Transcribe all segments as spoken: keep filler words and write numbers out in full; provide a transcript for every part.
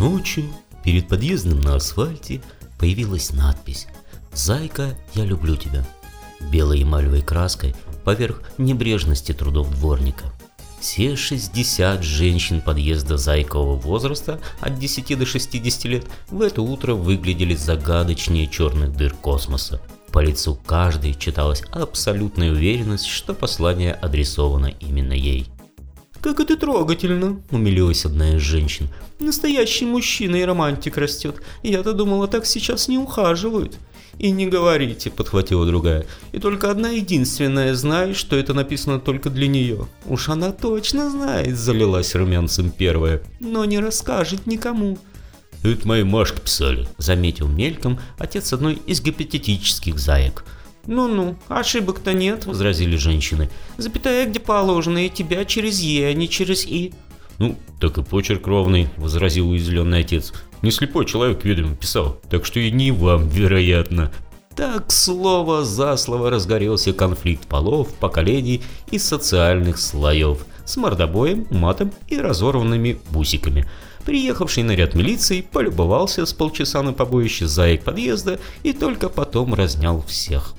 Ночью перед подъездом на асфальте появилась надпись «Зайка, я люблю тебя» белой эмалевой краской поверх небрежности трудов дворника. Все шестьдесят женщин подъезда зайкового возраста от десяти до шестидесяти лет в это утро выглядели загадочнее черных дыр космоса. По лицу каждой читалась абсолютная уверенность, что послание адресовано именно ей. «Как это трогательно!» – умилилась одна из женщин. «Настоящий мужчина и романтик растет. Я-то думала, так сейчас не ухаживают». «И не говорите», – подхватила другая. «И только одна единственная знает, что это написано только для нее». «Уж она точно знает», – залилась румянцем первая, «но не расскажет никому». «Это мои Машки писали», – заметил мельком отец одной из гипотетических заек. «Ну-ну, ошибок-то нет», – возразили женщины. «Запятая где положено, и тебя через «е», а не через «и». «Ну, так и почерк ровный», – возразил уязвленный отец. «Не слепой человек, видимо, писал, так что и не вам, вероятно». Так слово за слово разгорелся конфликт полов, поколений и социальных слоев с мордобоем, матом и разорванными бусиками. Приехавший наряд милиции полюбовался с полчаса на побоище заек подъезда и только потом разнял всех.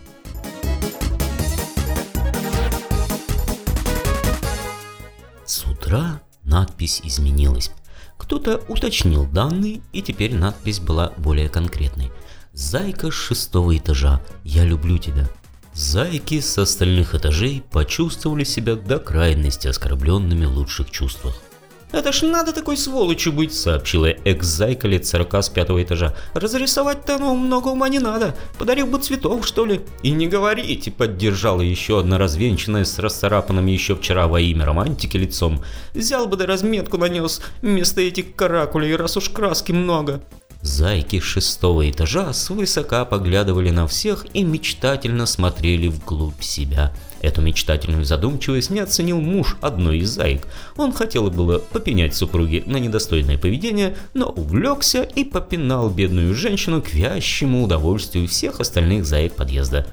С утра надпись изменилась. Кто-то уточнил данные, и теперь надпись была более конкретной. «Зайка с шестого этажа, я люблю тебя». Зайки с остальных этажей почувствовали себя до крайности оскорбленными в лучших чувствах. «Это ж надо такой сволочью быть», — сообщила экс-зайка лет сорока с пятого этажа. «Разрисовать-то ну много ума не надо. Подарил бы цветов, что ли». «И не говорите», — поддержала еще одна развенчанная с расцарапанным еще вчера во имя романтики лицом. «Взял бы да разметку нанес вместо этих каракулей, раз уж краски много». Зайки шестого этажа свысока поглядывали на всех и мечтательно смотрели вглубь себя. Эту мечтательную задумчивость не оценил муж одной из заек. Он хотел было попенять супруге на недостойное поведение, но увлекся и попинал бедную женщину к вящему удовольствию всех остальных заек подъезда.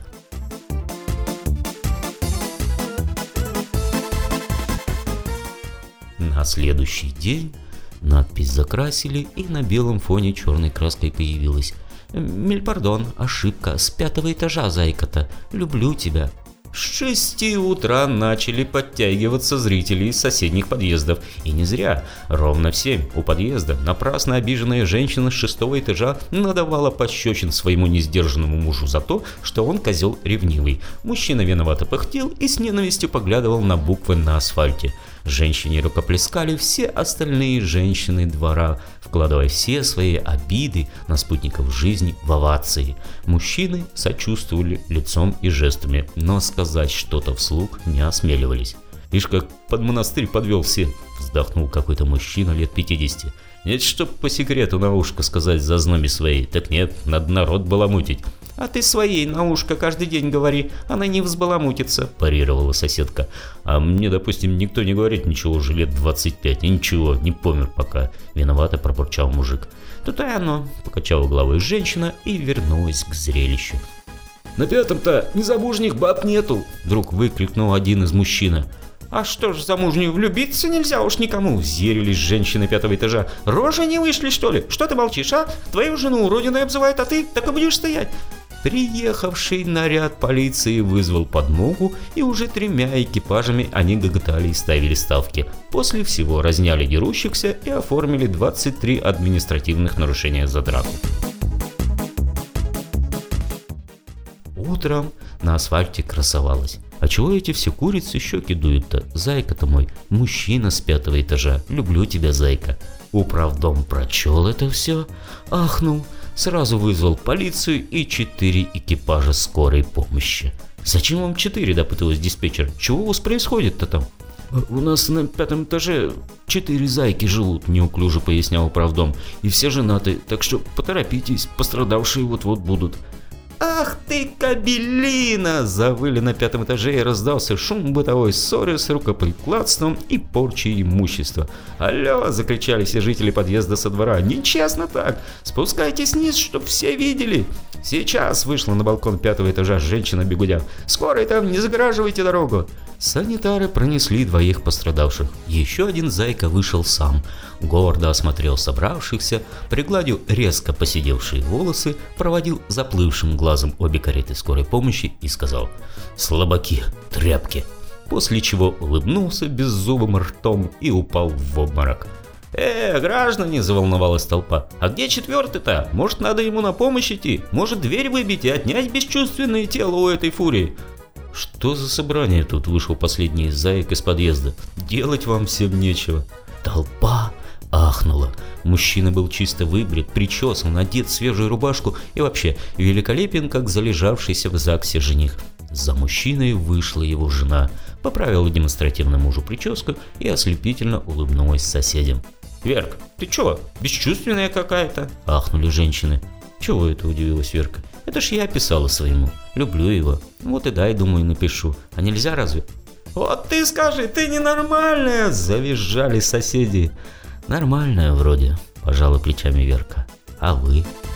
На следующий день надпись закрасили, и на белом фоне черной краской появилась: «Мельпардон, ошибка, с пятого этажа, зайка-то, люблю тебя». С шести утра начали подтягиваться зрители из соседних подъездов. И не зря. Ровно в семь у подъезда напрасно обиженная женщина с шестого этажа надавала пощечин своему несдержанному мужу за то, что он козел ревнивый. Мужчина виновато пыхтел и с ненавистью поглядывал на буквы на асфальте. Женщине рукоплескали все остальные женщины двора, вкладывая все свои обиды на спутников жизни в овации. Мужчины сочувствовали лицом и жестами, но сказать что-то вслух не осмеливались. «Ишь, как под монастырь подвел всех», — вздохнул какой-то мужчина лет пятидесяти. «Нет, чтоб по секрету на ушко сказать зазнобе своей, так нет, надо народ баламутить». «А ты своей на ушко каждый день говори, она не взбаламутится», – парировала соседка. «А мне, допустим, никто не говорит ничего уже лет двадцать пять, и ничего, не помер пока», – виновато пробурчал мужик. «То-то и оно», – покачала головой женщина и вернулась к зрелищу. «На пятом-то незамужних баб нету», – вдруг выкрикнул один из мужчин. «А что ж, замужнюю влюбиться нельзя уж никому», – взъярились женщины пятого этажа. «Рожи не вышли, что ли? Что ты молчишь, а? Твою жену уродиной обзывают, а ты так и будешь стоять». Приехавший наряд полиции вызвал подмогу, и уже тремя экипажами они гоготали и ставили ставки. После всего разняли дерущихся и оформили двадцать три административных нарушения за драку. Утром на асфальте красовалась. «А чего эти все курицы щеки дуют-то? Зайка-то мой, мужчина с пятого этажа, люблю тебя, зайка». Управдом прочел это все, ахнул, сразу вызвал полицию и четыре экипажа скорой помощи. «Зачем вам четыре?» – допыталась диспетчер. «Чего у вас происходит-то там?» «У нас на пятом этаже четыре зайки живут», – неуклюже пояснял управдом. «И все женаты, так что поторопитесь, пострадавшие вот-вот будут». «Ах ты, кобелина!» – завыли на пятом этаже, и раздался шум бытовой ссоры с рукоприкладством и порчей имущества. «Алло!» – закричали все жители подъезда со двора. «Нечестно так! Спускайтесь вниз, чтоб все видели!» «Сейчас!» – вышла на балкон пятого этажа женщина бегудя. «Скорой там, не загораживайте дорогу!» Санитары пронесли двоих пострадавших. Еще один зайка вышел сам, гордо осмотрел собравшихся, пригладил резко поседевшие волосы, проводил заплывшим глазом обе кареты скорой помощи и сказал: «Слабаки, тряпки!» После чего улыбнулся беззубым ртом и упал в обморок. «Э, граждане!» – заволновалась толпа. «А где четвертый-то? Может, надо ему на помощь идти? Может, дверь выбить и отнять бесчувственное тело у этой фурии?» «Что за собрание тут?» – вышел последний заек из подъезда. «Делать вам всем нечего». Толпа ахнула. Мужчина был чисто выбрит, причесан, надет в свежую рубашку и вообще великолепен, как залежавшийся в ЗАГСе жених. За мужчиной вышла его жена, поправила демонстративно мужу прическу и ослепительно улыбнулась соседям. «Верк, ты чё, бесчувственная какая-то?» – ахнули женщины. «Чего это?» – удивилась Верка. «Это ж я писала своему. Люблю его. Вот и дай, думаю, напишу. А нельзя разве?» «Вот ты скажи, ты ненормальная!» – завизжали соседи. «Нормальная вроде», – пожала плечами Верка. «А вы?»